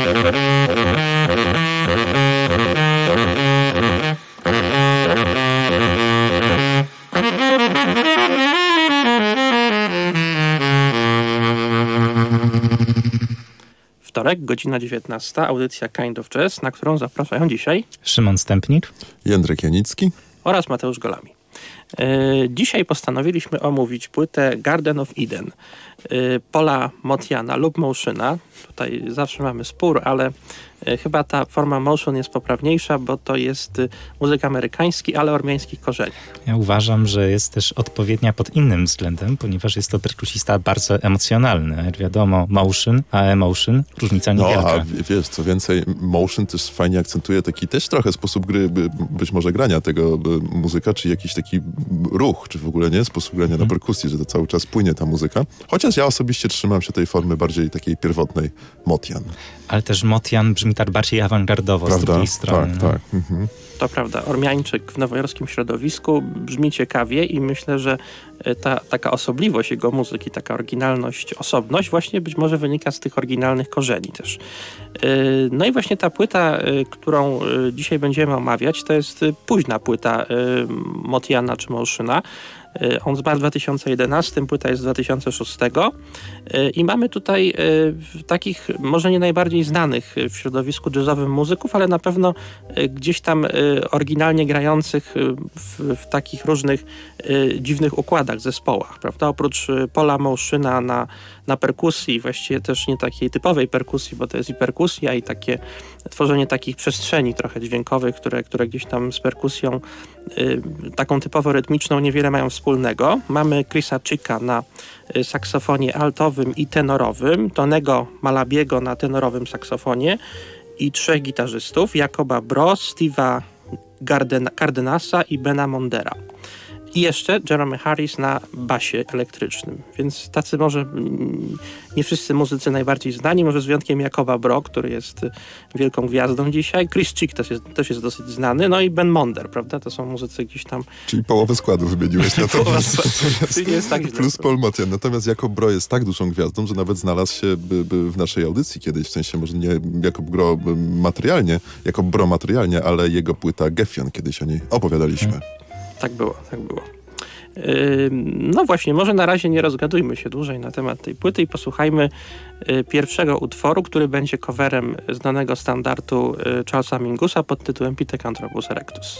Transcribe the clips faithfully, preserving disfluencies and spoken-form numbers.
Wtorek, godzina dziewiętnasta, audycja Kind of Jazz, na którą zapraszają dzisiaj Szymon Stępnik, Jędrek Janicki oraz Mateusz Golami. Dzisiaj postanowiliśmy omówić płytę Garden of Eden Paula Motiana lub Motiona. Tutaj zawsze mamy spór, ale chyba ta forma Motion jest poprawniejsza, bo to jest muzyk amerykański, ale ormiańskich korzeni. Ja uważam, że jest też odpowiednia pod innym względem, ponieważ jest to perkusista bardzo emocjonalny. Jak wiadomo, motion, a emotion, różnica niewielka. No, a wiesz, co więcej, motion też fajnie akcentuje taki też trochę sposób gry, by, być może grania tego by, muzyka, czy jakiś taki ruch, czy w ogóle nie, sposób grania hmm. na perkusji, że to cały czas płynie ta muzyka. Chociaż ja osobiście trzymam się tej formy bardziej takiej pierwotnej Motian. Ale też Motian brzmi tak bardziej awangardowo. Prawda? Z drugiej strony. Tak, no. tak. Mhm. To prawda, ormiańczyk w nowojorskim środowisku brzmi ciekawie i myślę, że ta taka osobliwość jego muzyki, taka oryginalność, osobność właśnie być może wynika z tych oryginalnych korzeni też. No i właśnie ta płyta, którą dzisiaj będziemy omawiać, to jest późna płyta Motiana czy Motiona. On zmarł w dwa tysiące jedenastym, płyta jest z dwa tysiące szóstego i mamy tutaj takich może nie najbardziej znanych w środowisku jazzowym muzyków, ale na pewno gdzieś tam oryginalnie grających w, w takich różnych dziwnych układach, zespołach, prawda? Oprócz Paula Motiona na, na perkusji, właściwie też nie takiej typowej perkusji, bo to jest i perkusja, i takie tworzenie takich przestrzeni trochę dźwiękowych, które, które gdzieś tam z perkusją taką typowo rytmiczną niewiele mają wspólnego. Mamy Chrisa Chicka na saksofonie altowym i tenorowym, Tonego Malabiego na tenorowym saksofonie i trzech gitarzystów, Jacoba Bro, Steve'a Gardena, Cardenasa i Bena Mondera. I jeszcze Jeremy Harris na basie elektrycznym. Więc tacy może nie wszyscy muzycy najbardziej znani, może z wyjątkiem Jacoba Bro, który jest wielką gwiazdą dzisiaj. Chris Chick też jest, też jest dosyć znany. No i Ben Monder, prawda? To są muzycy gdzieś tam... Czyli połowę składu wymieniłeś na to. Czyli nie jest tak źle. Plus Paul Motian. Natomiast Jacob Bro jest tak dużą gwiazdą, że nawet znalazł się by, by w naszej audycji kiedyś. W sensie może nie Jacob Bro materialnie, Jacob Bro materialnie, ale jego płyta Geffen, kiedyś o niej opowiadaliśmy. Hmm. Tak było, tak było. Yy, no właśnie, może na razie nie rozgadujmy się dłużej na temat tej płyty i posłuchajmy yy, pierwszego utworu, który będzie coverem znanego standardu yy, Charlesa Mingusa pod tytułem Pithecanthropus erectus.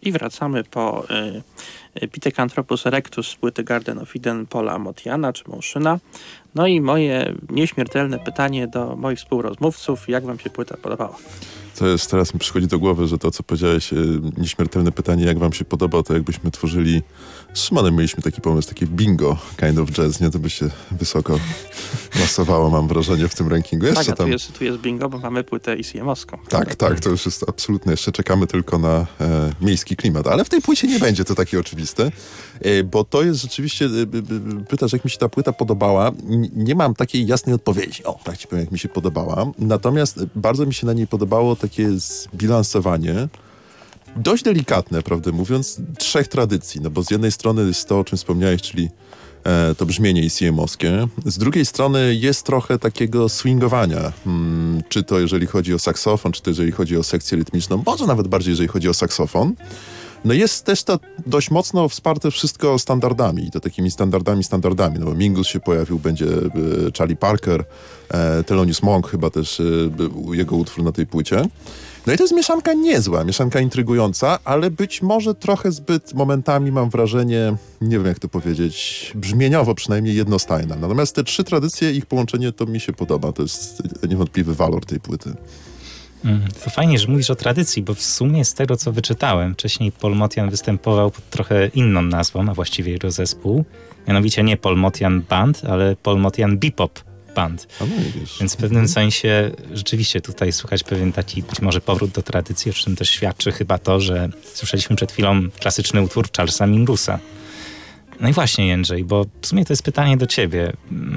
I wracamy po y, Pithecanthropus erectus z płyty Garden of Eden Paula Motiana czy Motiona. No i moje nieśmiertelne pytanie do moich współrozmówców, jak wam się płyta podobała? To jest, teraz mi przychodzi do głowy, że to, co powiedziałeś, nieśmiertelne pytanie, jak wam się podoba, to jakbyśmy tworzyli, z Szymonem mieliśmy taki pomysł, takie bingo kind of jazz, nie? To by się wysoko masowało, mam wrażenie, w tym rankingu. Jeszcze tak, a tu, tam... jest, tu jest bingo, bo mamy płytę I C M-owską. Tak, tak, to już jest absolutne. Jeszcze czekamy tylko na e, miejski klimat, ale w tej płycie nie będzie to takie oczywiste, e, bo to jest rzeczywiście, e, e, pytasz, jak mi się ta płyta podobała. N- nie mam takiej jasnej odpowiedzi. O, tak ci powiem, jak mi się podobała. Natomiast bardzo mi się na niej podobało takie zbilansowanie, dość delikatne, prawdę mówiąc, trzech tradycji. No bo z jednej strony jest to, o czym wspomniałeś, czyli e, to brzmienie I C M-owskie. Z drugiej strony jest trochę takiego swingowania. Hmm, czy to jeżeli chodzi o saksofon, czy to jeżeli chodzi o sekcję rytmiczną, może nawet bardziej jeżeli chodzi o saksofon. No jest też to dość mocno wsparte wszystko standardami i to takimi standardami, standardami, no bo Mingus się pojawił, będzie e, Charlie Parker, e, Thelonious Monk chyba też e, jego utwór na tej płycie. No i to jest mieszanka niezła, mieszanka intrygująca, ale być może trochę zbyt momentami mam wrażenie, nie wiem jak to powiedzieć, brzmieniowo przynajmniej jednostajna. Natomiast te trzy tradycje, ich połączenie to mi się podoba, to jest niewątpliwy walor tej płyty. Mm, to fajnie, że mówisz o tradycji, bo w sumie z tego, co wyczytałem, wcześniej Paul Motian występował pod trochę inną nazwą, a właściwie jego zespół. Mianowicie nie Paul Motian Band, ale Paul Motian Bebop Band. A no wiesz. Więc w pewnym sensie rzeczywiście tutaj słychać pewien taki być może powrót do tradycji, o czym też świadczy chyba to, że słyszeliśmy przed chwilą klasyczny utwór Charlesa Mingusa. No i właśnie, Jędrzej, bo w sumie to jest pytanie do ciebie.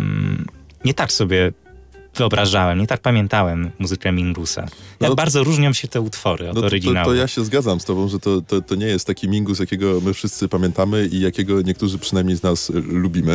Nie tak sobie wyobrażałem, nie tak pamiętałem muzykę Mingusa. Jak no, bardzo różnią się te utwory od no to, oryginału. To, to ja się zgadzam z tobą, że to, to, to nie jest taki Mingus, jakiego my wszyscy pamiętamy i jakiego niektórzy przynajmniej z nas lubimy.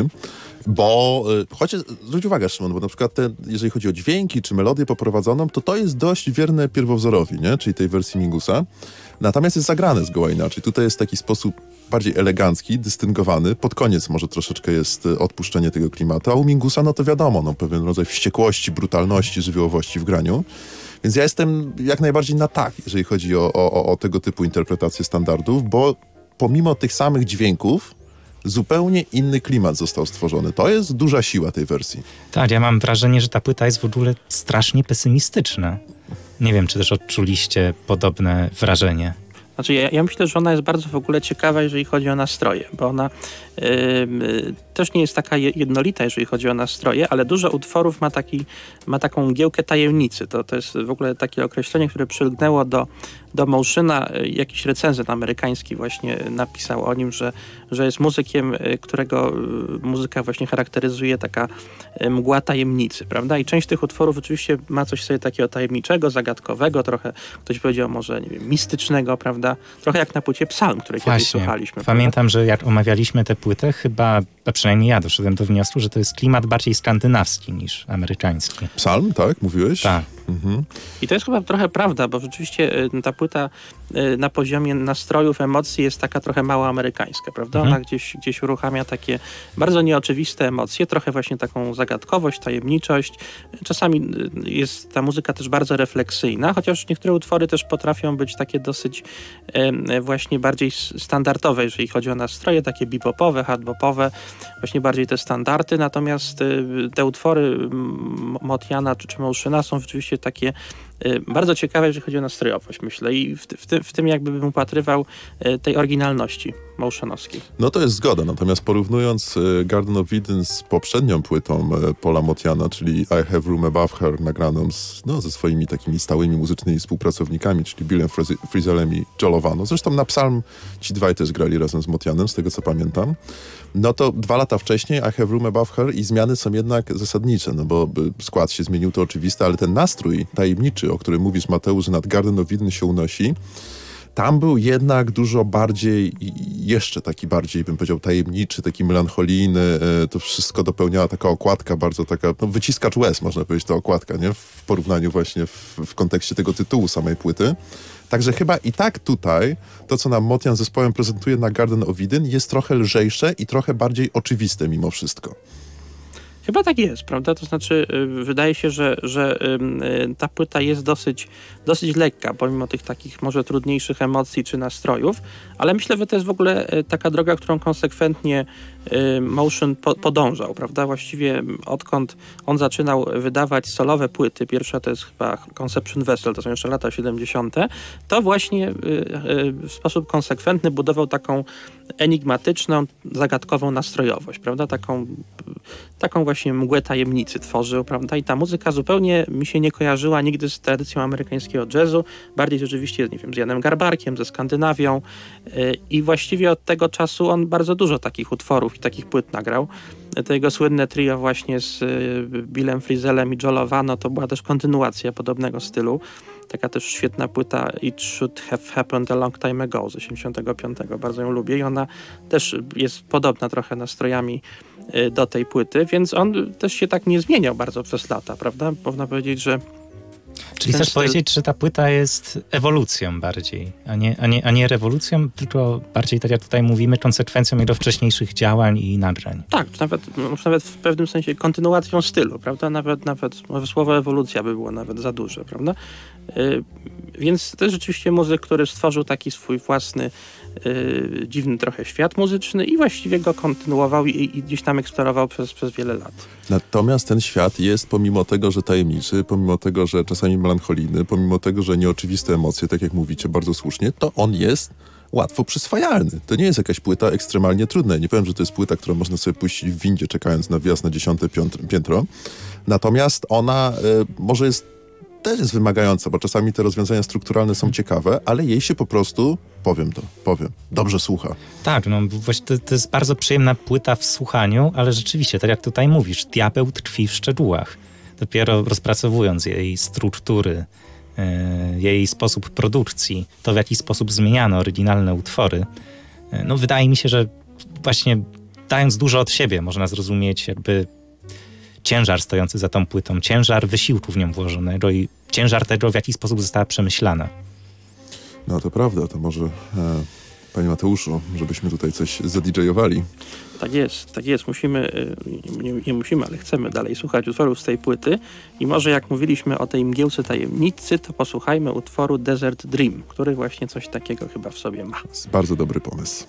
Bo, chociaż zwróć uwagę, Szymon, bo na przykład te, jeżeli chodzi o dźwięki czy melodię poprowadzoną, to to jest dość wierne pierwowzorowi, nie? Czyli tej wersji Mingusa. Natomiast jest zagrane zgoła inaczej. Tutaj jest taki sposób bardziej elegancki, dystyngowany. Pod koniec może troszeczkę jest odpuszczenie tego klimatu, a u Mingusa, no to wiadomo, no pewien rodzaj wściekłości, brutalności, żywiołowości w graniu. Więc ja jestem jak najbardziej na tak, jeżeli chodzi o, o, o tego typu interpretacje standardów, bo pomimo tych samych dźwięków zupełnie inny klimat został stworzony. To jest duża siła tej wersji. Tak, ja mam wrażenie, że ta płyta jest w ogóle strasznie pesymistyczna. Nie wiem, czy też odczuliście podobne wrażenie. Znaczy ja, ja myślę, że ona jest bardzo w ogóle ciekawa, jeżeli chodzi o nastroje, bo ona yy, yy, też nie jest taka jednolita, jeżeli chodzi o nastroje, ale dużo utworów ma, taki, ma taką mgiełkę tajemnicy. To, to jest w ogóle takie określenie, które przylgnęło do, do Motiona. Jakiś recenzent amerykański właśnie napisał o nim, że, że jest muzykiem, którego muzyka właśnie charakteryzuje taka mgła tajemnicy, prawda? I część tych utworów oczywiście ma coś sobie takiego tajemniczego, zagadkowego, trochę ktoś powiedział może, nie wiem, mistycznego, prawda? Trochę jak na płycie Psalm, której kiedyś Właśnie. słuchaliśmy. Pamiętam, prawda? że jak omawialiśmy tę płytę, chyba, a przynajmniej ja doszedłem do wniosku, że to jest klimat bardziej skandynawski niż amerykański. Psalm, tak? Mówiłeś? Tak. Mhm. I to jest chyba trochę prawda, bo rzeczywiście y, ta płyta y, na poziomie nastrojów, emocji jest taka trochę mało amerykańska, prawda? Mhm. Ona gdzieś, gdzieś uruchamia takie bardzo nieoczywiste emocje, trochę właśnie taką zagadkowość, tajemniczość. Czasami y, jest ta muzyka też bardzo refleksyjna, chociaż niektóre utwory też potrafią być takie dosyć y, właśnie bardziej standardowe, jeżeli chodzi o nastroje, takie bebopowe, hardbopowe, właśnie bardziej te standardy, natomiast y, te utwory Motiana czy, czy Motiona są rzeczywiście takie y, bardzo ciekawe, jeżeli chodzi o nastrojowość, myślę. I w, w, tym, w tym jakby bym upatrywał y, tej oryginalności motionowskiej. No to jest zgoda, natomiast porównując y, Garden of Eden z poprzednią płytą y, Paula Motiana, czyli I Have Room Above Her, nagraną z, no, ze swoimi takimi stałymi muzycznymi współpracownikami, czyli Billem Frisellem i Joe Lovano. Zresztą na Psalm ci dwaj też grali razem z Motianem, z tego co pamiętam. No to dwa lata wcześniej I Have Room Above Her i zmiany są jednak zasadnicze, no bo y, skład się zmienił, to oczywiste, ale ten nastrój tajemniczy, o którym mówisz, Mateusz, że nad Garden of Eden się unosi, tam był jednak dużo bardziej, jeszcze taki bardziej, bym powiedział, tajemniczy, taki melancholijny. To wszystko dopełniała taka okładka, bardzo taka, no wyciskacz łez, można powiedzieć, ta okładka, nie? W porównaniu właśnie w, w kontekście tego tytułu samej płyty. Także chyba i tak tutaj to, co nam Motian z zespołem prezentuje na Garden of Eden, jest trochę lżejsze i trochę bardziej oczywiste mimo wszystko. Chyba tak jest, prawda? To znaczy y, wydaje się, że, że y, ta płyta jest dosyć, dosyć lekka, pomimo tych takich może trudniejszych emocji czy nastrojów, ale myślę, że to jest w ogóle y, taka droga, którą konsekwentnie y, Motion po, podążał, prawda? Właściwie odkąd on zaczynał wydawać solowe płyty, pierwsza to jest chyba Conception Vessel, to są jeszcze lata siedemdziesiąte, to właśnie y, y, w sposób konsekwentny budował taką enigmatyczną, zagadkową nastrojowość, prawda? Taką, taką właśnie mgłę tajemnicy tworzył, prawda? I ta muzyka zupełnie mi się nie kojarzyła nigdy z tradycją amerykańskiego jazzu, bardziej rzeczywiście, nie wiem, z Janem Garbarkiem, ze Skandynawią yy, i właściwie od tego czasu on bardzo dużo takich utworów i takich płyt nagrał. To jego słynne trio właśnie z yy, Billem Frisellem i Joe Lovano to była też kontynuacja podobnego stylu. Taka też świetna płyta It Should Have Happened a Long Time Ago z osiemdziesiątego piątego. Bardzo ją lubię i ona też jest podobna trochę nastrojami y, do tej płyty, więc on też się tak nie zmieniał bardzo przez lata, prawda? Można powiedzieć, że Czyli chcesz styl... powiedzieć, że ta płyta jest ewolucją bardziej, a nie, a, nie, a nie rewolucją, tylko bardziej, tak jak tutaj mówimy, konsekwencją jego wcześniejszych działań i nagrań. Tak, nawet, nawet w pewnym sensie kontynuacją stylu, prawda? Nawet, nawet może słowo ewolucja by było nawet za duże, prawda? Yy, więc to jest rzeczywiście muzyk, który stworzył taki swój własny yy, dziwny trochę świat muzyczny i właściwie go kontynuował i, i gdzieś tam eksplorował przez, przez wiele lat. Natomiast ten świat jest, pomimo tego, że tajemniczy, pomimo tego, że czasami melancholijny, pomimo tego, że nieoczywiste emocje, tak jak mówicie bardzo słusznie, to on jest łatwo przyswajalny. To nie jest jakaś płyta ekstremalnie trudna. Nie powiem, że to jest płyta, którą można sobie puścić w windzie, czekając na wjazd na dziesiąte piętro. Natomiast ona y, może jest też jest wymagająca, bo czasami te rozwiązania strukturalne są ciekawe, ale jej się po prostu, powiem to, powiem, dobrze słucha. Tak, no właśnie to, to jest bardzo przyjemna płyta w słuchaniu, ale rzeczywiście, tak jak tutaj mówisz, diabeł tkwi w szczegółach. Dopiero rozpracowując jej struktury, yy, jej sposób produkcji, to w jaki sposób zmieniano oryginalne utwory, yy, no wydaje mi się, że właśnie dając dużo od siebie można zrozumieć jakby ciężar stojący za tą płytą, ciężar wysiłku w nią włożonego i ciężar tego, w jaki sposób została przemyślana. No to prawda, to może e, panie Mateuszu, żebyśmy tutaj coś zadidżejowali. Tak jest, tak jest. Musimy, nie, nie musimy, ale chcemy dalej słuchać utworów z tej płyty i może jak mówiliśmy o tej mgiełce tajemnicy, to posłuchajmy utworu Desert Dream, który właśnie coś takiego chyba w sobie ma. Jest bardzo dobry pomysł.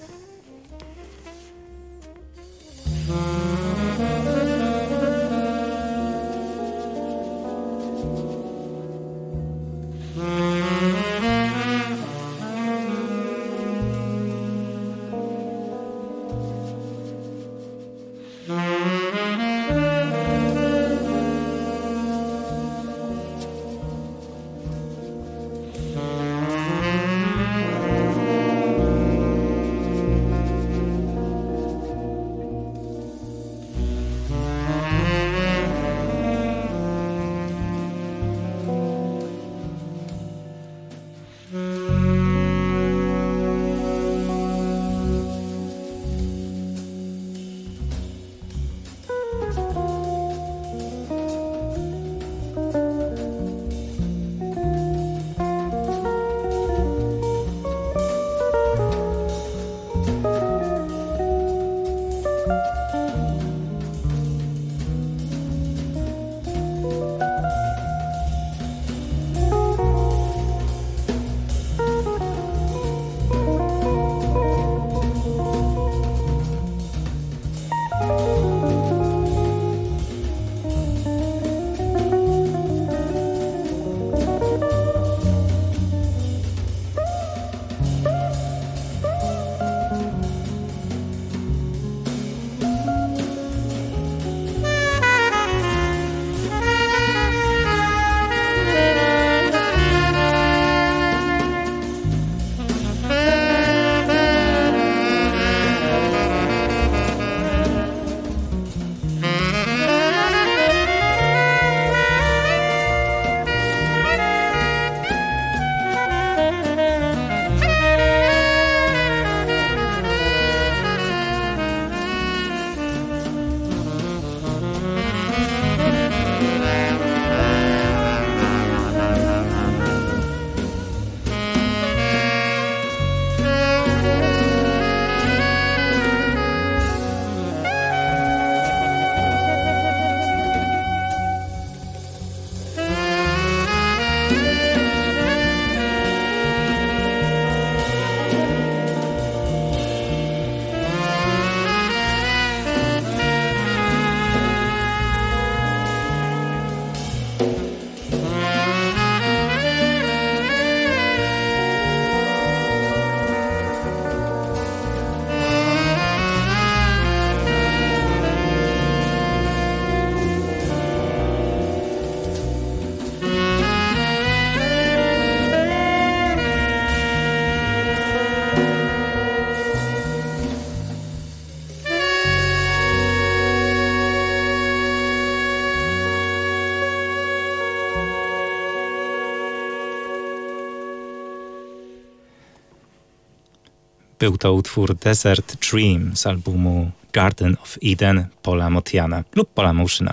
Był to utwór Desert Dream z albumu Garden of Eden Paula Motiana lub Paula Motiona.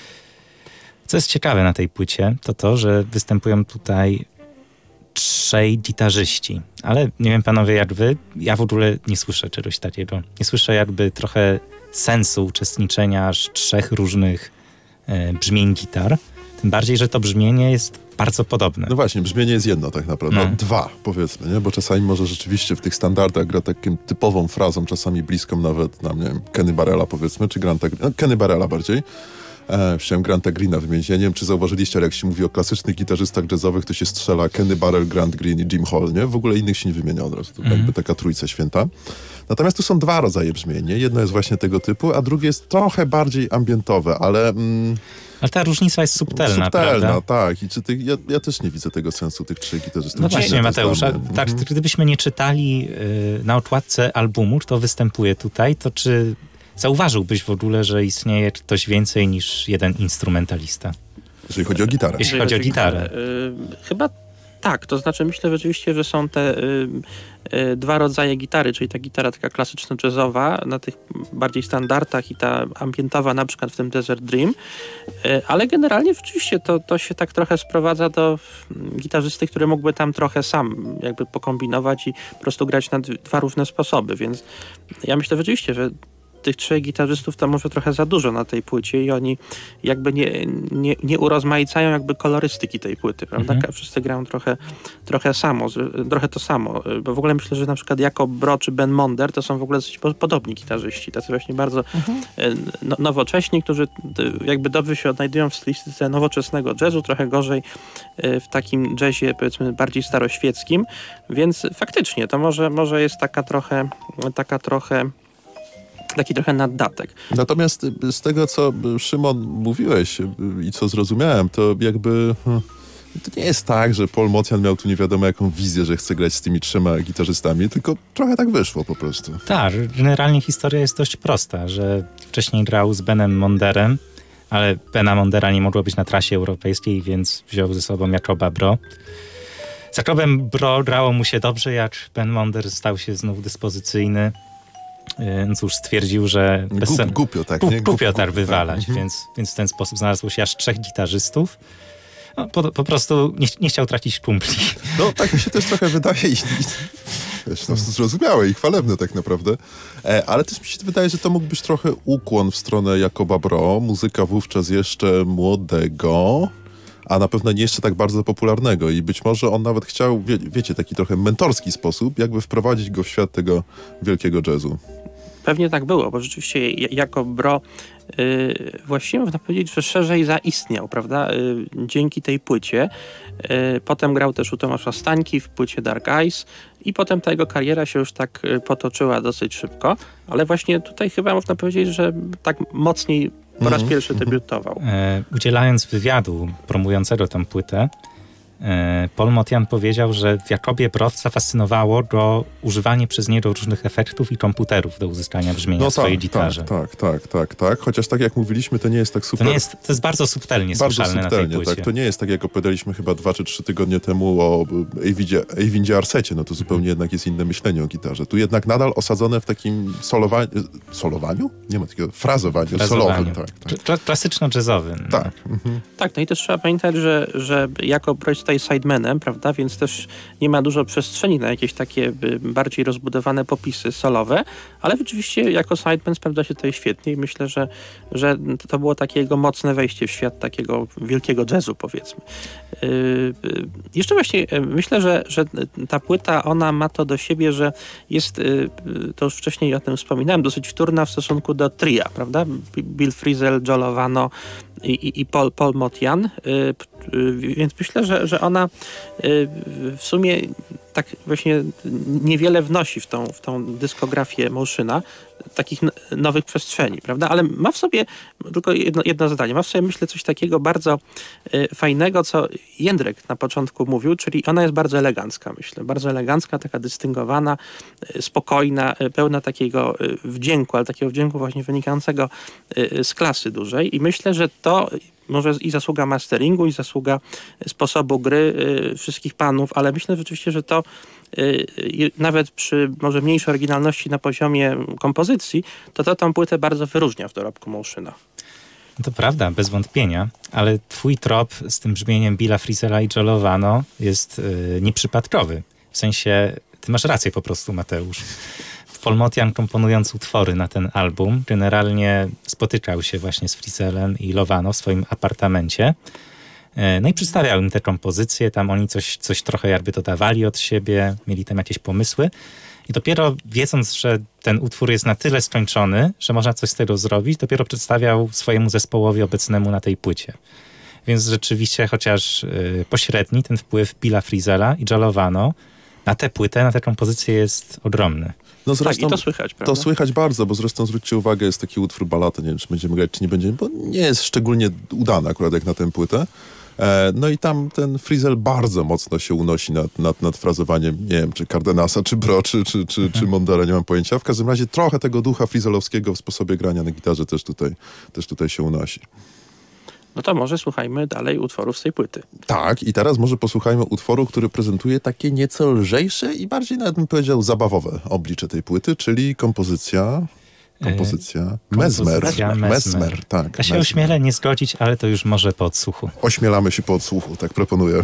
Co jest ciekawe na tej płycie, to to, że występują tutaj trzej gitarzyści. Ale nie wiem, panowie, jak wy, ja w ogóle nie słyszę czegoś takiego. Nie słyszę jakby trochę sensu uczestniczenia aż trzech różnych e, brzmień gitar. Tym bardziej, że to brzmienie jest bardzo podobne. No właśnie, brzmienie jest jedno tak naprawdę. No. Dwa, powiedzmy, nie? Bo czasami może rzeczywiście w tych standardach gra takim typową frazą, czasami bliską nawet na mnie Kenny Barrella, powiedzmy, czy Granta... No, Kenny Barrella bardziej. E, chciałem Granta Greena wymienić. Ja nie wiem, czy zauważyliście, ale jak się mówi o klasycznych gitarzystach jazzowych, to się strzela Kenny Barrell, Grant Green i Jim Hall, nie? W ogóle innych się nie wymienia od razu. To Mhm. jakby taka trójca święta. Natomiast tu są dwa rodzaje brzmień. Jedno jest właśnie tego typu, a drugie jest trochę bardziej ambientowe, ale... Mm, Ale ta różnica jest subtelna, subtelna, prawda? tak. I czy ty, ja, ja też nie widzę tego sensu tych trzech gitarzystów. No Dziwne właśnie, to Mateusz, a jest dla tak, mnie. gdybyśmy nie czytali y, na okładce albumu, to występuje tutaj, to czy zauważyłbyś w ogóle, że istnieje ktoś więcej niż jeden instrumentalista? Jeżeli chodzi o gitarę. Jeśli chodzi o gitarę. Y, chyba tak, to znaczy myślę rzeczywiście, że są te y, y, dwa rodzaje gitary, czyli ta gitara taka klasyczno-jazzowa na tych bardziej standardach i ta ambientowa na przykład w tym Desert Dream, y, ale generalnie rzeczywiście to, to się tak trochę sprowadza do mm, gitarzysty, który mógłby tam trochę sam jakby pokombinować i po prostu grać na d- dwa różne sposoby, więc ja myślę rzeczywiście, że tych trzech gitarzystów to może trochę za dużo na tej płycie i oni jakby nie, nie, nie urozmaicają jakby kolorystyki tej płyty, prawda? Mhm. Wszyscy grają trochę, trochę samo, z- trochę to samo, bo w ogóle myślę, że na przykład Jakob Bro czy Ben Monder to są w ogóle dosyć po- podobni gitarzyści, tacy właśnie bardzo e, no, nowocześni, którzy e, jakby dobrze się odnajdują w stylistyce nowoczesnego jazzu, trochę gorzej e, w takim jazzie powiedzmy bardziej staroświeckim, więc faktycznie to może, może jest taka trochę, taka trochę taki trochę naddatek. Natomiast y, z tego, co y, Szymon mówiłeś y, i co zrozumiałem, to jakby... hmm, to nie jest tak, że Paul Motian miał tu nie wiadomo jaką wizję, że chce grać z tymi trzema gitarzystami, tylko trochę tak wyszło po prostu. Tak, generalnie historia jest dość prosta, że wcześniej grał z Benem Monderem, ale Bena Mondera nie mogło być na trasie europejskiej, więc wziął ze sobą Jakoba Bro. Z Jakobem Bro grało mu się dobrze, jak Ben Monder stał się znów dyspozycyjny. Yy, Cóż, stwierdził, że bez Gup, sen- głupio, tak? Gu- nie? głupio Gup- tak gup- wywalać, Mhm. więc, więc w ten sposób znalazło się aż trzech gitarzystów. No, po, po prostu nie, nie chciał tracić kumpli. No tak mi się też trochę wydaje i, i wiesz, no, zrozumiałe i chwalebne tak naprawdę. E, ale też mi się wydaje, że to mógł być trochę ukłon w stronę Jakoba Bro, muzyka wówczas jeszcze młodego, a na pewno nie jeszcze tak bardzo popularnego i być może on nawet chciał, wie, wiecie, taki trochę mentorski sposób, jakby wprowadzić go w świat tego wielkiego jazzu. Pewnie tak było, bo rzeczywiście J- Jakob Bro yy, właściwie można powiedzieć, że szerzej zaistniał, prawda? Yy, dzięki tej płycie. Yy, potem grał też u Tomasza Stańki w płycie Dark Eyes i potem ta jego kariera się już tak yy, potoczyła dosyć szybko, ale właśnie tutaj chyba można powiedzieć, że tak mocniej po raz Mhm, pierwszy mhm. debiutował. E, udzielając wywiadu promującego tę płytę, e, Paul Motian powiedział, że w Jakobie Bro zafascynowało go używanie przez niego różnych efektów i komputerów do uzyskania brzmienia w swojej gitarze. tak, tak, tak, tak. Chociaż tak jak mówiliśmy, to nie jest tak To, super... nie jest, to jest bardzo subtelnie Bardzo słyszalne na tej subtelnie, płycie. tak. To nie jest tak, jak opowiadaliśmy chyba dwa czy trzy tygodnie temu o Eyvindzie Arsecie, no to zupełnie jednak jest inne myślenie o gitarze. Tu jednak nadal osadzone w takim solowaniu, solowaniu? Nie ma takiego, frazowaniu, Frazowaniu. solowym, tak. tak. Kla- Klasyczno-jazzowym. Tak. Mhm. Tak, no i też trzeba pamiętać, że, że Jakob Bro jest tutaj sidemanem, prawda, więc też nie ma dużo przestrzeni na jakieś takie y, bardziej rozbudowane popisy solowe, ale rzeczywiście jako sideman sprawdza się tutaj świetnie i myślę, że, że to było takie jego mocne wejście w świat takiego wielkiego jazzu, powiedzmy. Y, y, jeszcze właśnie y, myślę, że, że ta płyta, ona ma to do siebie, że jest, y, y, to już wcześniej o tym wspominałem, dosyć wtórna w stosunku do tria, prawda? Bill Frisell, Joe Lovano i, i, i Paul, Paul Motian, y, y, więc myślę, że, że ona y, w sumie tak właśnie niewiele wnosi w tą, w tą dyskografię Motiona, takich n- nowych przestrzeni, prawda? Ale ma w sobie, tylko jedno, jedno zadanie, ma w sobie, myślę, coś takiego bardzo y, fajnego, co Jędrek na początku mówił, czyli ona jest bardzo elegancka, myślę. Bardzo elegancka, taka dystyngowana, y, spokojna, y, pełna takiego y, wdzięku, ale takiego wdzięku właśnie wynikającego y, z klasy dużej i myślę, że to może i zasługa masteringu, i zasługa sposobu gry y, wszystkich panów, ale myślę rzeczywiście, że to y, nawet przy może mniejszej oryginalności na poziomie kompozycji, to to tą płytę bardzo wyróżnia w dorobku Motiona. No to prawda, bez wątpienia, ale twój trop z tym brzmieniem Billa Frisella i Joe Lovano jest yy, nieprzypadkowy. W sensie, ty masz rację po prostu, Mateusz. Paul Motian, komponując utwory na ten album, generalnie spotykał się właśnie z Frisellem i Lovano w swoim apartamencie. No i przedstawiał im te kompozycje, tam oni coś, coś trochę jakby dodawali od siebie, mieli tam jakieś pomysły. I dopiero wiedząc, że ten utwór jest na tyle skończony, że można coś z tego zrobić, dopiero przedstawiał swojemu zespołowi obecnemu na tej płycie. Więc rzeczywiście, chociaż yy, pośredni, ten wpływ Billa Frisella i Joe Lovano na tę płytę, na tę kompozycję jest ogromny. No zresztą, tak, i to słychać, prawda? To słychać bardzo, bo zresztą zwróćcie uwagę, jest taki utwór Ballata, nie wiem, czy będziemy grać, czy nie będziemy, bo nie jest szczególnie udany akurat jak na tę płytę. E, no i tam ten Frisell bardzo mocno się unosi nad, nad, nad frazowaniem, nie wiem, czy Cardenasa, czy Bro, czy, czy, czy, czy Mondara, nie mam pojęcia. W każdym razie trochę tego ducha frisellowskiego w sposobie grania na gitarze też tutaj, też tutaj się unosi. No to może słuchajmy dalej utworów z tej płyty. Tak, i teraz może posłuchajmy utworu, który prezentuje takie nieco lżejsze i bardziej nawet bym powiedział zabawowe oblicze tej płyty, czyli kompozycja... Kompozycja Yy, Mesmer. kompozycja Mesmer. Mesmer. Mesmer, tak. Ja się Mesmer. ośmielę nie zgodzić, ale to już może po odsłuchu. Ośmielamy się po odsłuchu, tak proponuję.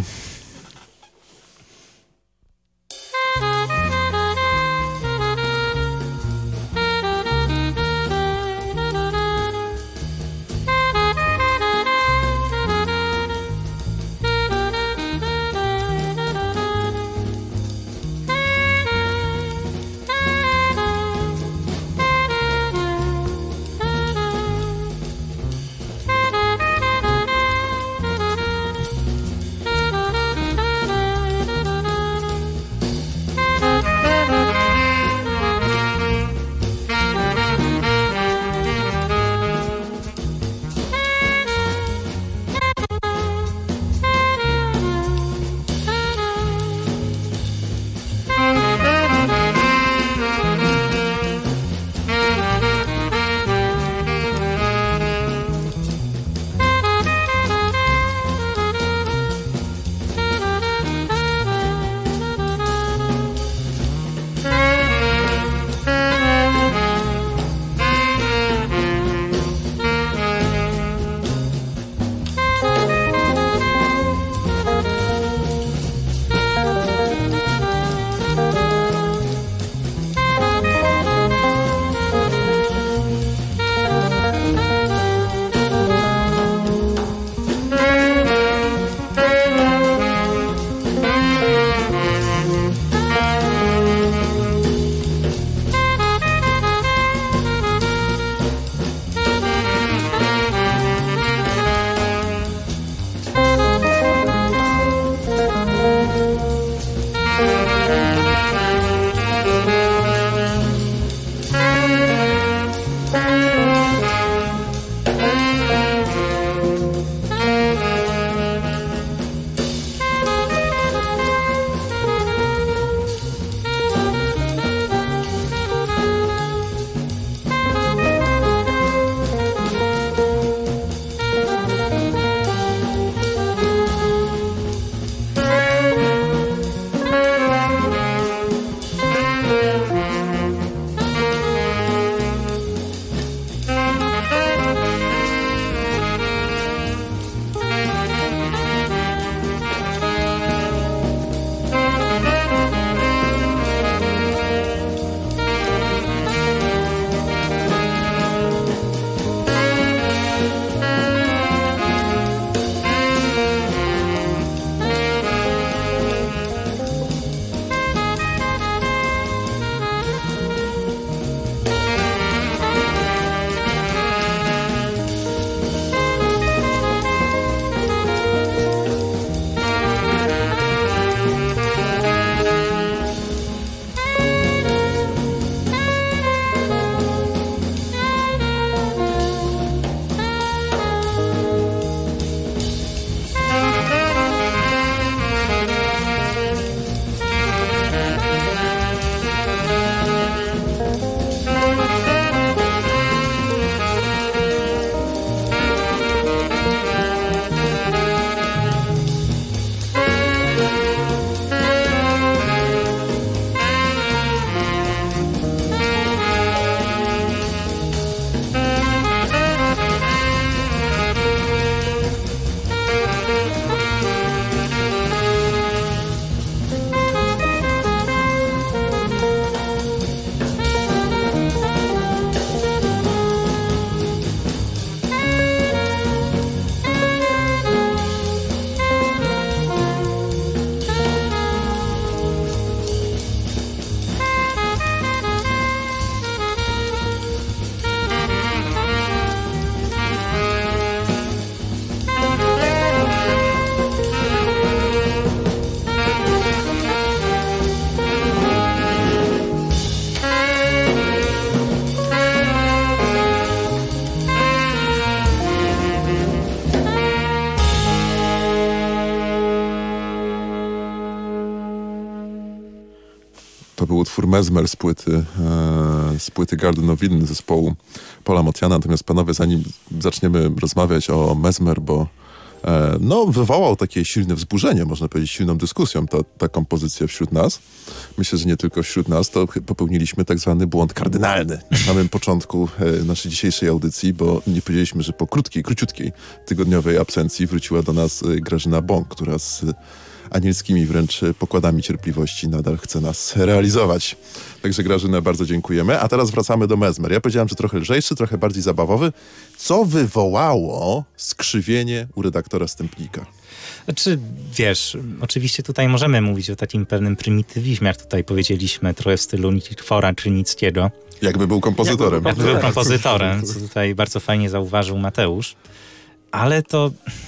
utwór Mesmer z płyty, e, z płyty Garden of Eden zespołu Paula Motiana. Natomiast panowie, zanim zaczniemy rozmawiać o Mesmer, bo e, no, wywołał takie silne wzburzenie, można powiedzieć, silną dyskusją ta, ta kompozycja wśród nas. Myślę, że nie tylko wśród nas, to popełniliśmy tak zwany błąd kardynalny na samym początku e, naszej dzisiejszej audycji, bo nie powiedzieliśmy, że po krótkiej, króciutkiej tygodniowej absencji wróciła do nas e, Grażyna Bąk, która z anielskimi wręcz pokładami cierpliwości nadal chce nas realizować. Także Grażyna, bardzo dziękujemy. A teraz wracamy do Mesmer. Ja powiedziałem, że trochę lżejszy, trochę bardziej zabawowy. Co wywołało skrzywienie u redaktora Stęplika? Znaczy, wiesz, oczywiście tutaj możemy mówić o takim pewnym prymitywizmie, jak tutaj powiedzieliśmy, trochę w stylu Nitfora czy Nickiego. Jakby był kompozytorem. Jakby był kompozytorem, co tutaj bardzo fajnie zauważył Mateusz. Ale to...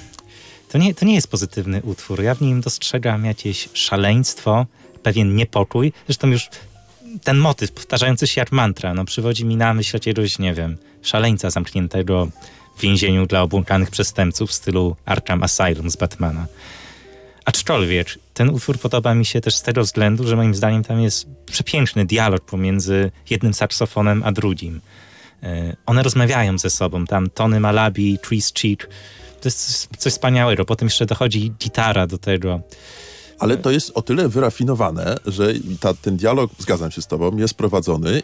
To nie, to nie jest pozytywny utwór. Ja w nim dostrzegam jakieś szaleństwo, pewien niepokój. Zresztą już ten motyw powtarzający się jak mantra, no przywodzi mi na myśl jakiegoś, nie wiem, szaleńca zamkniętego w więzieniu dla obłąkanych przestępców w stylu Arkham Asylum z Batmana. Aczkolwiek ten utwór podoba mi się też z tego względu, że moim zdaniem tam jest przepiękny dialog pomiędzy jednym saksofonem a drugim. Yy, one rozmawiają ze sobą, tam Tony Malaby, Chris Cheek. To jest coś wspaniałego. Potem jeszcze dochodzi gitara do tego. Ale to jest o tyle wyrafinowane, że ta, ten dialog, zgadzam się z tobą, jest prowadzony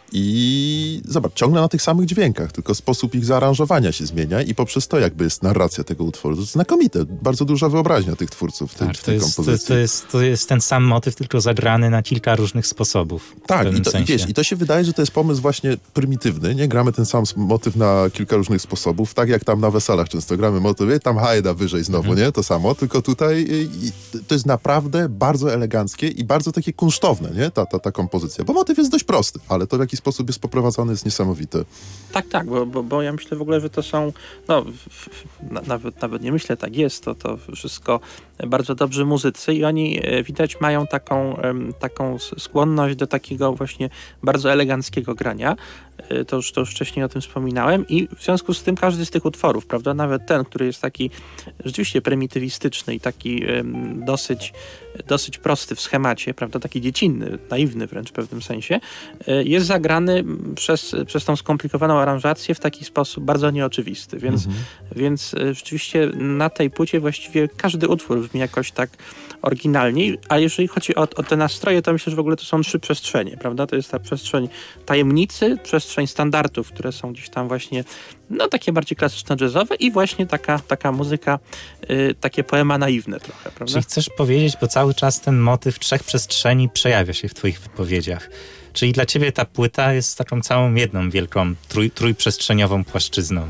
i zobacz, ciągle na tych samych dźwiękach, tylko sposób ich zaaranżowania się zmienia i poprzez to jakby jest narracja tego utworu. To jest znakomite. Bardzo duża wyobraźnia tych twórców w tej, tak, w tej to jest, kompozycji. To, to, jest, to jest ten sam motyw, tylko zagrany na kilka różnych sposobów. Tak, i to, i, wiesz, i to się wydaje, że to jest pomysł właśnie prymitywny, nie? Gramy ten sam motyw na kilka różnych sposobów, tak jak tam na weselach często gramy motywy, tam hajda wyżej znowu, mhm. nie? To samo, tylko tutaj i, i, to jest naprawdę bardzo eleganckie i bardzo takie kunsztowne, nie? Ta, ta, ta kompozycja. Bo motyw jest dość prosty, ale to w jaki sposób jest poprowadzony jest niesamowite. Tak, tak, bo, bo, bo ja myślę w ogóle, że to są, no na, nawet, nawet nie myślę, tak jest, to, to wszystko bardzo dobrzy muzycy i oni widać mają taką, taką skłonność do takiego właśnie bardzo eleganckiego grania. To już, to już wcześniej o tym wspominałem i w związku z tym każdy z tych utworów, prawda, nawet ten, który jest taki rzeczywiście prymitywistyczny i taki um, dosyć, dosyć prosty w schemacie, prawda, taki dziecinny, naiwny wręcz w pewnym sensie, jest zagrany przez, przez tą skomplikowaną aranżację w taki sposób bardzo nieoczywisty, więc, mhm. więc rzeczywiście na tej płycie właściwie każdy utwór brzmi jakoś tak oryginalnie, a jeżeli chodzi o, o te nastroje, to myślę, że w ogóle to są trzy przestrzenie, prawda, to jest ta przestrzeń tajemnicy, przestrzeń standardów, które są gdzieś tam właśnie, no takie bardziej klasyczno-jazzowe i właśnie taka, taka muzyka, y, takie poema naiwne trochę, prawda? Czyli chcesz powiedzieć, bo cały czas ten motyw trzech przestrzeni przejawia się w twoich wypowiedziach. Czyli dla ciebie ta płyta jest taką całą jedną wielką trój, trójprzestrzeniową płaszczyzną.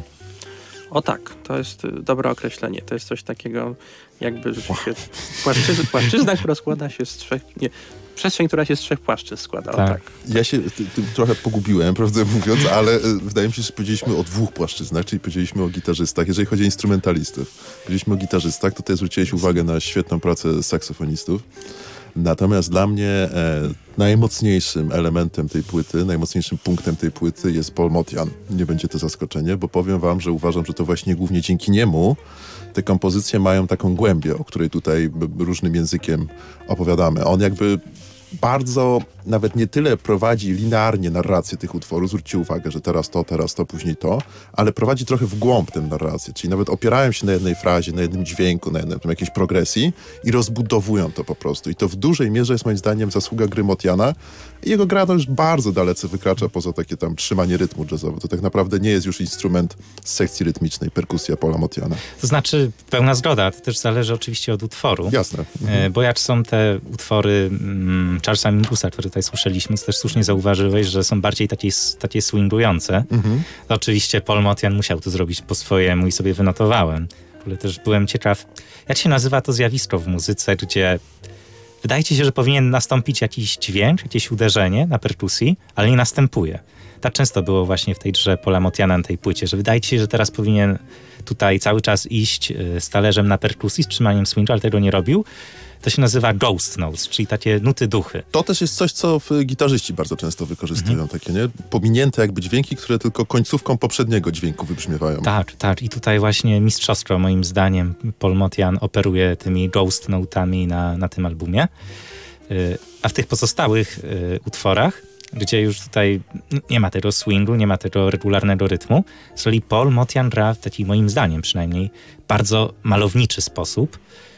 O tak, to jest dobre określenie. To jest coś takiego jakby rzeczywiście płaszczyzna, płaszczyzna która składa się z trzech... Nie, przestrzeń, która się z trzech płaszczyzn składa. Tak. O, tak. Ja się ty, ty, trochę pogubiłem, prawdę mówiąc, ale y, wydaje mi się, że powiedzieliśmy o dwóch płaszczyznach, czyli powiedzieliśmy o gitarzystach. Jeżeli chodzi o instrumentalistów, powiedzieliśmy o gitarzystach, to ty zwróciłeś uwagę na świetną pracę saksofonistów. Natomiast dla mnie e, najmocniejszym elementem tej płyty, najmocniejszym punktem tej płyty jest Paul Motian. Nie będzie to zaskoczenie, bo powiem wam, że uważam, że to właśnie głównie dzięki niemu te kompozycje mają taką głębię, o której tutaj różnym językiem opowiadamy. On jakby bardzo, nawet nie tyle prowadzi linearnie narrację tych utworów, zwróćcie uwagę, że teraz to, teraz to, później to, ale prowadzi trochę w głąb tę narrację, czyli nawet opierają się na jednej frazie, na jednym dźwięku, na jednym, jakiejś progresji i rozbudowują to po prostu. I to w dużej mierze jest moim zdaniem zasługa gry Motiana i jego gra to już bardzo dalece wykracza poza takie tam trzymanie rytmu jazzowe. To tak naprawdę nie jest już instrument z sekcji rytmicznej, perkusja Paula Motiana. To znaczy pełna zgoda, to też zależy oczywiście od utworu. Jasne. Mhm. Bo jak są te utwory mm, Charlesa Mingrusa, które tutaj słyszeliśmy, to też słusznie zauważyłeś, że są bardziej takie, takie swingujące. Mhm. To oczywiście Paul Motian musiał to zrobić po swojemu i sobie wynotowałem. Ale też byłem ciekaw, jak się nazywa to zjawisko w muzyce, gdzie wydaje ci się, że powinien nastąpić jakiś dźwięk, jakieś uderzenie na perkusji, ale nie następuje. Tak często było właśnie w tej grze Paula Motiana na tej płycie, że wydaje ci się, że teraz powinien tutaj cały czas iść z talerzem na perkusji, z trzymaniem swingu, ale tego nie robił. To się nazywa ghost notes, czyli takie nuty duchy. To też jest coś, co gitarzyści bardzo często wykorzystują, mhm. takie, nie? Pominięte jakby dźwięki, które tylko końcówką poprzedniego dźwięku wybrzmiewają. Tak, tak. I tutaj właśnie mistrzostwo, moim zdaniem, Paul Motian operuje tymi ghost notami na, na tym albumie. A w tych pozostałych utworach, gdzie już tutaj nie ma tego swingu, nie ma tego regularnego rytmu, z kolei Paul Motian gra w taki, moim zdaniem przynajmniej, bardzo malowniczy sposób.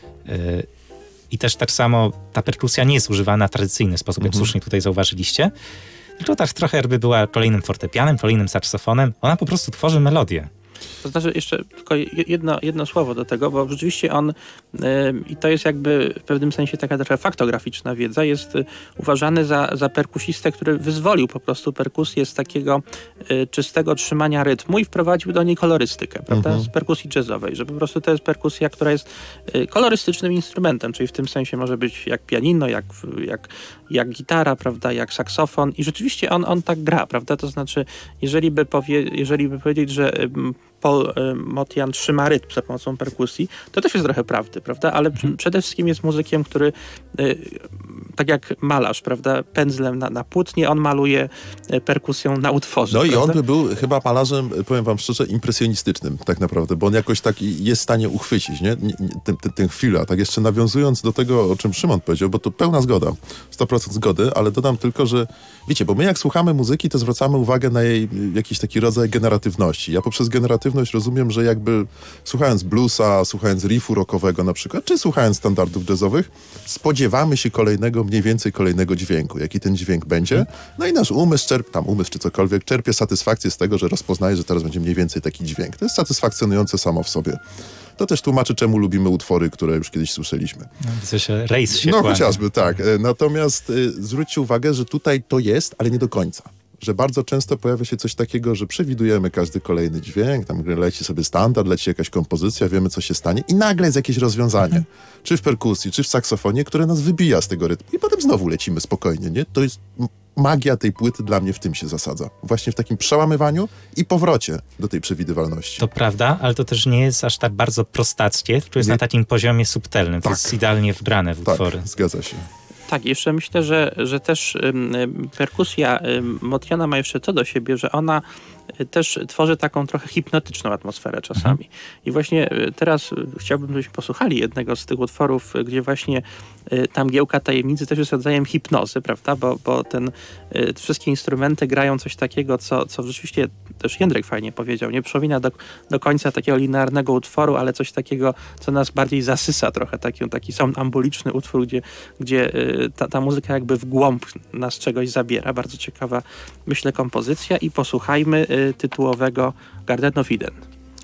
I też tak samo ta perkusja nie jest używana w tradycyjny sposób, jak Mhm. słusznie tutaj zauważyliście, tylko tak trochę jakby była kolejnym fortepianem, kolejnym saksofonem. Ona po prostu tworzy melodię. To znaczy jeszcze tylko jedno, jedno słowo do tego, bo rzeczywiście on, yy, i to jest jakby w pewnym sensie taka trochę faktograficzna wiedza, jest y, uważany za, za perkusistę, który wyzwolił po prostu perkusję z takiego y, czystego trzymania rytmu i wprowadził do niej kolorystykę, prawda, Mhm. z perkusji jazzowej, że po prostu to jest perkusja, która jest y, kolorystycznym instrumentem, czyli w tym sensie może być jak pianino, jak, jak, jak gitara, prawda, jak saksofon i rzeczywiście on, on tak gra, prawda, to znaczy jeżeli by, powie, jeżeli by powiedzieć, że y, Paul y, Motian trzyma rytm za pomocą perkusji, to też jest trochę prawdy, prawda? Ale Mhm. przede wszystkim jest muzykiem, który y, tak jak malarz, prawda? Pędzlem na, na płótnie, on maluje y, perkusją na utworze. No i on prawda? by był chyba malarzem, powiem wam szczerze, impresjonistycznym tak naprawdę, bo on jakoś tak jest w stanie uchwycić, nie? nie, nie tę, tę, tę chwilę. A tak jeszcze nawiązując do tego, o czym Szymon powiedział, bo to pełna zgoda, sto procent zgody, ale dodam tylko, że wiecie, bo my jak słuchamy muzyki, to zwracamy uwagę na jej jakiś taki rodzaj generatywności. Ja poprzez generatywność rozumiem, że jakby słuchając bluesa, słuchając riffu rockowego na przykład, czy słuchając standardów jazzowych, spodziewamy się kolejnego, mniej więcej kolejnego dźwięku, jaki ten dźwięk będzie. No i nasz umysł czerpie, tam umysł czy cokolwiek, czerpie satysfakcję z tego, że rozpoznaje, że teraz będzie mniej więcej taki dźwięk. To jest satysfakcjonujące samo w sobie. To też tłumaczy, czemu lubimy utwory, które już kiedyś słyszeliśmy. No, widzę, że rejs się No kłania. chociażby, tak. E, Natomiast y, zwróćcie uwagę, że tutaj to jest, ale nie do końca. Że bardzo często pojawia się coś takiego, że przewidujemy każdy kolejny dźwięk, tam leci sobie standard, leci jakaś kompozycja, wiemy, co się stanie i nagle jest jakieś rozwiązanie. Czy w perkusji, czy w saksofonie, które nas wybija z tego rytmu. I potem znowu lecimy spokojnie, nie? To jest m- magia tej płyty dla mnie w tym się zasadza. Właśnie w takim przełamywaniu i powrocie do tej przewidywalności. To prawda, ale to też nie jest aż tak bardzo prostackie, to jest Nie. na takim poziomie subtelnym. To Tak. jest idealnie wgrane w Tak, utwory. zgadza się. Tak, jeszcze myślę, że, że też ym, ym, perkusja ym, Motiana ma jeszcze to do siebie, że ona y, też tworzy taką trochę hipnotyczną atmosferę czasami. I właśnie y, teraz y, chciałbym, żebyśmy posłuchali jednego z tych utworów, y, gdzie właśnie y, ta mgiełka tajemnicy też jest rodzajem hipnozy, prawda? Bo, bo ten, y, wszystkie instrumenty grają coś takiego, co, co rzeczywiście też Jędrek fajnie powiedział, nie przypomina do, do końca takiego linearnego utworu, ale coś takiego, co nas bardziej zasysa trochę, taki, taki somnambuliczny utwór, gdzie, gdzie y, ta, ta muzyka jakby w głąb nas czegoś zabiera. Bardzo ciekawa, myślę, kompozycja i posłuchajmy y, tytułowego Garden of Eden.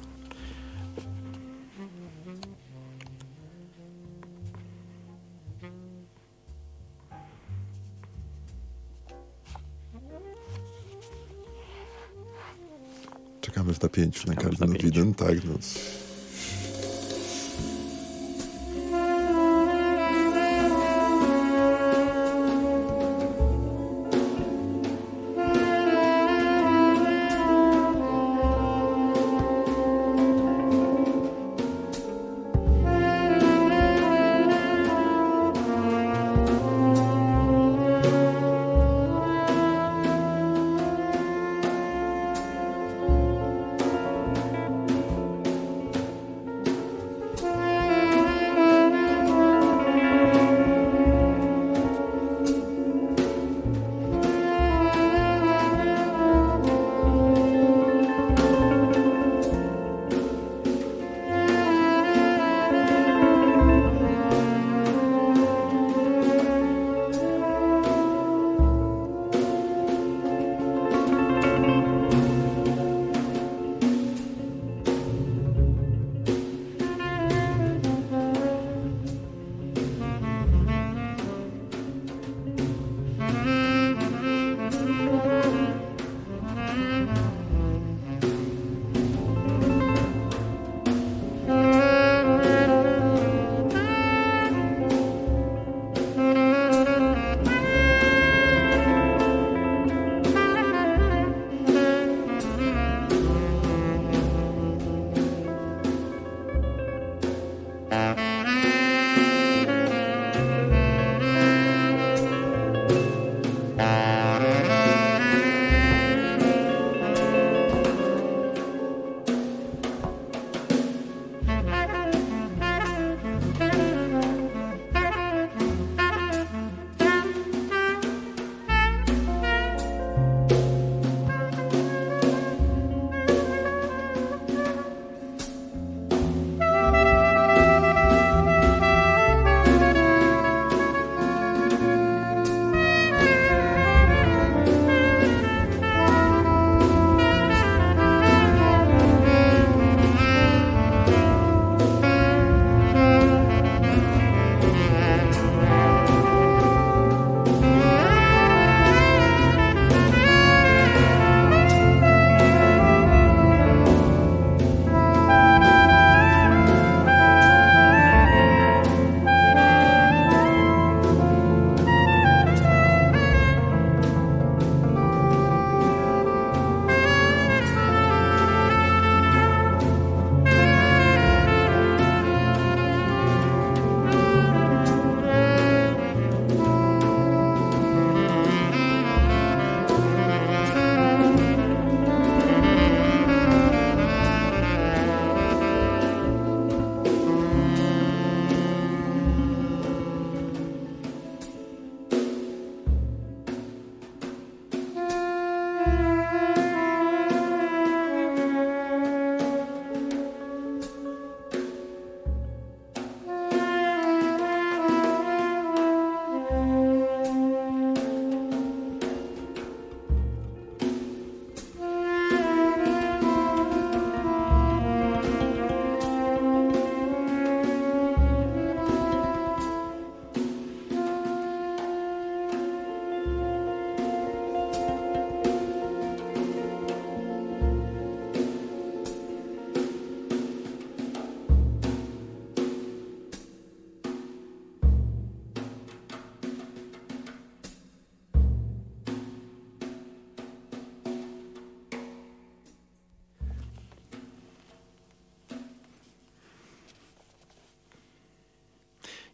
Czekamy w napięciu na Czekamy w Garden of napięciu. Eden, tak. No.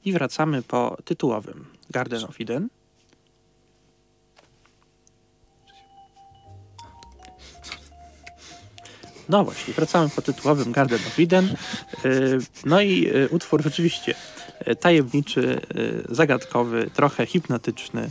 I wracamy po tytułowym Garden of Eden. No właśnie, wracamy po tytułowym Garden of Eden. No i utwór rzeczywiście tajemniczy, zagadkowy, trochę hipnotyczny.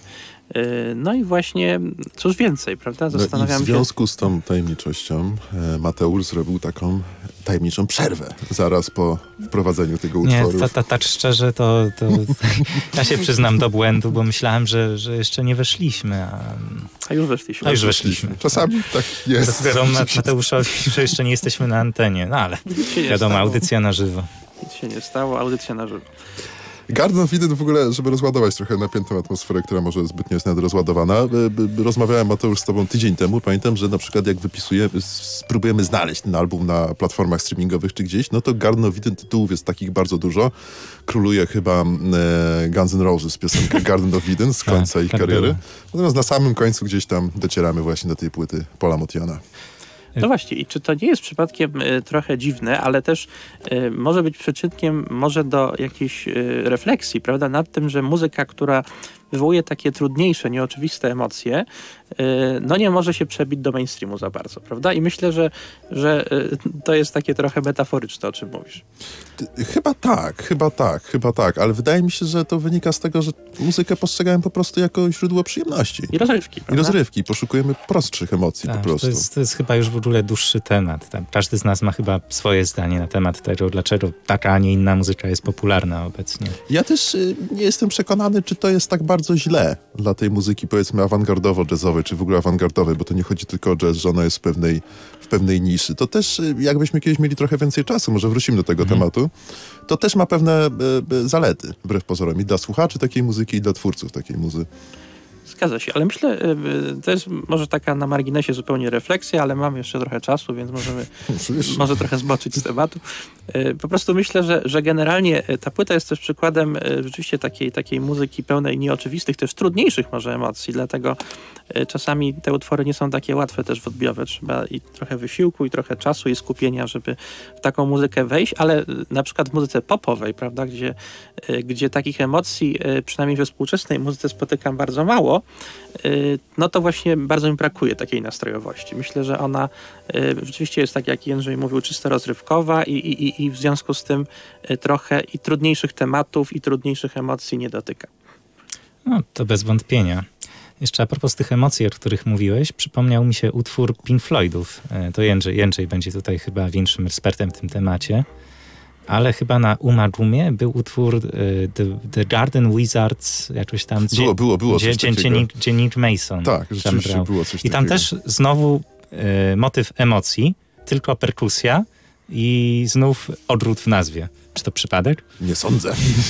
No i właśnie, cóż więcej, prawda? Zastanawiam no i w związku się... z tą tajemniczością Mateusz zrobił taką tajemniczą przerwę zaraz po wprowadzeniu tego utworu. Nie, tak ta, ta, ta, szczerze to, to ja się przyznam do błędu, bo myślałem, że, że jeszcze nie weszliśmy. A, a już weszliśmy. A już weszliśmy. Czasami tak jest. Wiadomo Mateuszowi, że jeszcze nie jesteśmy na antenie, no ale wiadomo, audycja na żywo. Nic się nie stało, audycja na żywo. Garden of Eden w ogóle, żeby rozładować trochę napiętą atmosferę, która może zbytnio jest nadrozładowana. Rozmawiałem o to już z tobą tydzień temu. Pamiętam, że na przykład jak wypisujemy, spróbujemy znaleźć ten album na platformach streamingowych czy gdzieś, no to Garden of Eden tytułów jest takich bardzo dużo. Króluje chyba e, Guns N' Roses piosenka Garden of Eden z końca tak, ich tak kariery. było. Natomiast na samym końcu gdzieś tam docieramy właśnie do tej płyty Paula Motiana. No właśnie, i czy to nie jest przypadkiem y, trochę dziwne, ale też y, może być przyczynkiem może do jakiejś y, refleksji, prawda, nad tym, że muzyka, która wywołuje takie trudniejsze, nieoczywiste emocje, y, no nie może się przebić do mainstreamu za bardzo, prawda? I myślę, że, że y, to jest takie trochę metaforyczne, o czym mówisz. Chyba tak, chyba tak, chyba tak, ale wydaje mi się, że to wynika z tego, że muzykę postrzegałem po prostu jako źródło przyjemności. I rozrywki, prawda? I rozrywki, poszukujemy prostszych emocji tak, po prostu. To jest, to jest chyba już w ogóle dłuższy temat. Tam każdy z nas ma chyba swoje zdanie na temat tego, dlaczego taka, a nie inna muzyka jest popularna obecnie. Ja też y, nie jestem przekonany, czy to jest tak bardzo źle dla tej muzyki, powiedzmy, awangardowo-jazzowej, czy w ogóle awangardowej, bo to nie chodzi tylko o jazz, że ona jest w pewnej, w pewnej niszy. To też, y, jakbyśmy kiedyś mieli trochę więcej czasu, może wrócimy do tego Mhm. tematu, to też ma pewne y, y, zalety, wbrew pozorom, i dla słuchaczy takiej muzyki, i dla twórców takiej muzy. Zgadza się, ale myślę, y, to jest może taka na marginesie zupełnie refleksja, ale mamy jeszcze trochę czasu, więc możemy może trochę zboczyć z tematu. Y, Po prostu myślę, że, że generalnie ta płyta jest też przykładem y, rzeczywiście takiej, takiej muzyki pełnej nieoczywistych, też trudniejszych może emocji, dlatego y, czasami te utwory nie są takie łatwe też w odbiorze. Trzeba i trochę wysiłku, i trochę czasu, i skupienia, żeby w taką muzykę wejść, ale y, na przykład w muzyce popowej, prawda, gdzie, y, gdzie takich emocji, y, przynajmniej we współczesnej muzyce spotykam bardzo mało, no to właśnie bardzo mi brakuje takiej nastrojowości. Myślę, że ona y, rzeczywiście jest, tak jak Jędrzej mówił, czysto rozrywkowa i, i, i w związku z tym y, trochę i trudniejszych tematów, i trudniejszych emocji nie dotyka. No, to bez wątpienia. Jeszcze a propos tych emocji, o których mówiłeś, przypomniał mi się utwór Pink Floydów. To Jędrzej, Jędrzej będzie tutaj chyba większym ekspertem w tym temacie. Ale chyba na Uma Thurmanie był utwór y, The, The Garden Wizards, jakoś tam... Było, gdzie, było, było coś gdzie, takiego. Gdzie Nick, gdzie Nick Mason. Tak, rzeczywiście brał. było coś I tam takiego. też znowu y, motyw emocji, tylko perkusja i znów odwrót w nazwie. Czy to przypadek? Nie sądzę.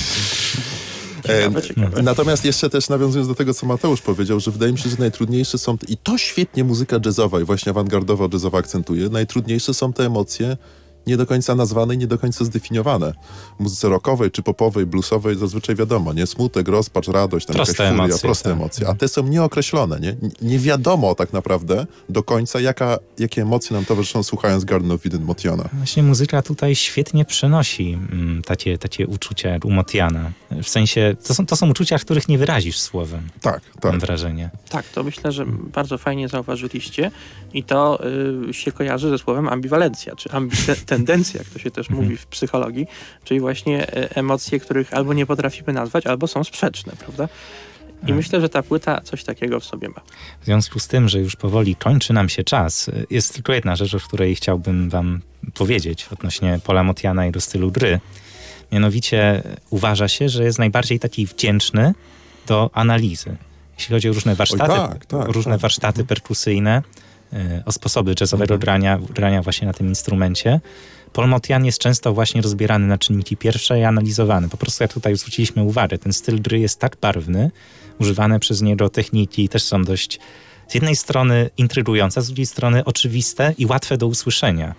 Ciekawe, ciekawe. Natomiast jeszcze też nawiązując do tego, co Mateusz powiedział, że wydaje mi się, że najtrudniejsze są, i to świetnie muzyka jazzowa i właśnie awangardowa jazzowa akcentuje, najtrudniejsze są te emocje nie do końca nazwane i nie do końca zdefiniowane. W muzyce rockowej czy popowej, bluesowej zazwyczaj wiadomo, nie? Smutek, rozpacz, radość, tam Proste jakaś furia, emocje, proste tak. emocje. A te są nieokreślone, nie? Nie wiadomo tak naprawdę do końca, jaka, jakie emocje nam towarzyszą słuchając Garden of Eden Motiana. Właśnie muzyka tutaj świetnie przenosi mm, takie, takie uczucia jak u Motiana. W sensie, to są, to są uczucia, których nie wyrazisz słowem. Tak, tak. Mam wrażenie. Tak, to myślę, że bardzo fajnie zauważyliście i to y, się kojarzy ze słowem ambiwalencja, czy ambi- te, tendencja, jak to się też mówi w psychologii, czyli właśnie y, emocje, których albo nie potrafimy nazwać, albo są sprzeczne, prawda? I myślę, że ta płyta coś takiego w sobie ma. W związku z tym, że już powoli kończy nam się czas, jest tylko jedna rzecz, o której chciałbym wam powiedzieć odnośnie Paula Motiana i jego stylu gry. Mianowicie uważa się, że jest najbardziej taki wdzięczny do analizy. Jeśli chodzi o różne warsztaty, Oj, tak, tak, różne tak. warsztaty perkusyjne, o sposoby jazzowego mhm. grania, grania właśnie na tym instrumencie, Paul Motian jest często właśnie rozbierany na czynniki pierwsze i analizowany. Po prostu jak tutaj zwróciliśmy uwagę, ten styl gry jest tak barwny, używane przez niego techniki też są dość z jednej strony intrygujące, z drugiej strony oczywiste i łatwe do usłyszenia.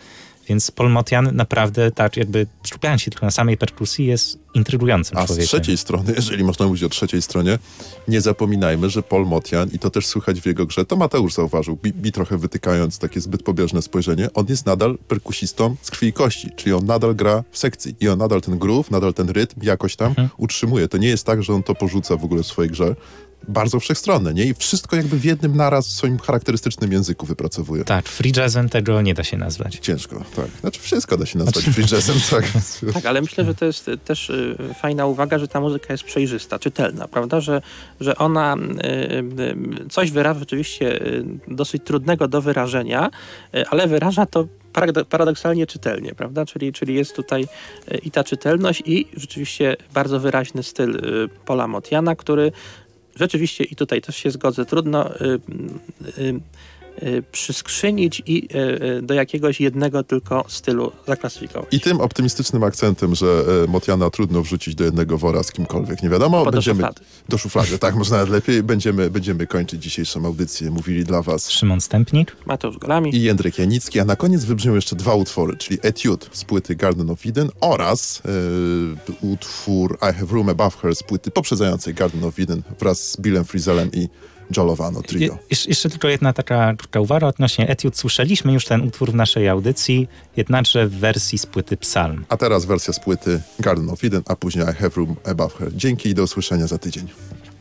Więc Paul Motian naprawdę, tak jakby skupiając się tylko na samej perkusji, jest intrygującym A człowiekiem. z trzeciej strony, jeżeli można mówić o trzeciej stronie, nie zapominajmy, że Paul Motian, i to też słychać w jego grze, to Mateusz zauważył, bi, bi trochę wytykając takie zbyt pobieżne spojrzenie, on jest nadal perkusistą z krwi i kości, czyli on nadal gra w sekcji i on nadal ten groove, nadal ten rytm jakoś tam mhm. utrzymuje. To nie jest tak, że on to porzuca w ogóle w swojej grze. Bardzo wszechstronne, nie? I wszystko jakby w jednym naraz w swoim charakterystycznym języku wypracowuje. Tak, free jazzem tego nie da się nazwać. Ciężko, tak. Znaczy wszystko da się nazwać free jazzem, tak. Tak, ale myślę, że to jest też y, fajna uwaga, że ta muzyka jest przejrzysta, czytelna, prawda? Że, że ona y, y, coś wyraża rzeczywiście y, dosyć trudnego do wyrażenia, y, ale wyraża to paradoksalnie czytelnie, prawda? Czyli, czyli jest tutaj i ta czytelność i rzeczywiście bardzo wyraźny styl y, Paula Motiana, który rzeczywiście, i tutaj też się zgodzę, trudno y, y, y, przyskrzynić i y, do jakiegoś jednego tylko stylu zaklasyfikować. I tym optymistycznym akcentem, że y, Motiana trudno wrzucić do jednego wora z kimkolwiek, nie wiadomo. Albo będziemy, do szuflady. Do szuflady, tak, może nawet lepiej. Będziemy, będziemy kończyć dzisiejszą audycję. Mówili dla was Szymon Stępnik, Mateusz Golami i Jędrek Janicki, a na koniec wybrzmią jeszcze dwa utwory, czyli Etude z płyty Garden of Eden oraz y, utwór I Have Room Above Her z płyty poprzedzającej Garden of Eden wraz z Billem Frisellem i Joe Lovano Trio. Je, jeszcze tylko jedna taka, taka uwaga odnośnie Etude. Słyszeliśmy już ten utwór w naszej audycji, jednakże w wersji z płyty Psalm. A teraz wersja z płyty Garden of Eden, a później I Have Room Above Her. Dzięki i do usłyszenia za tydzień.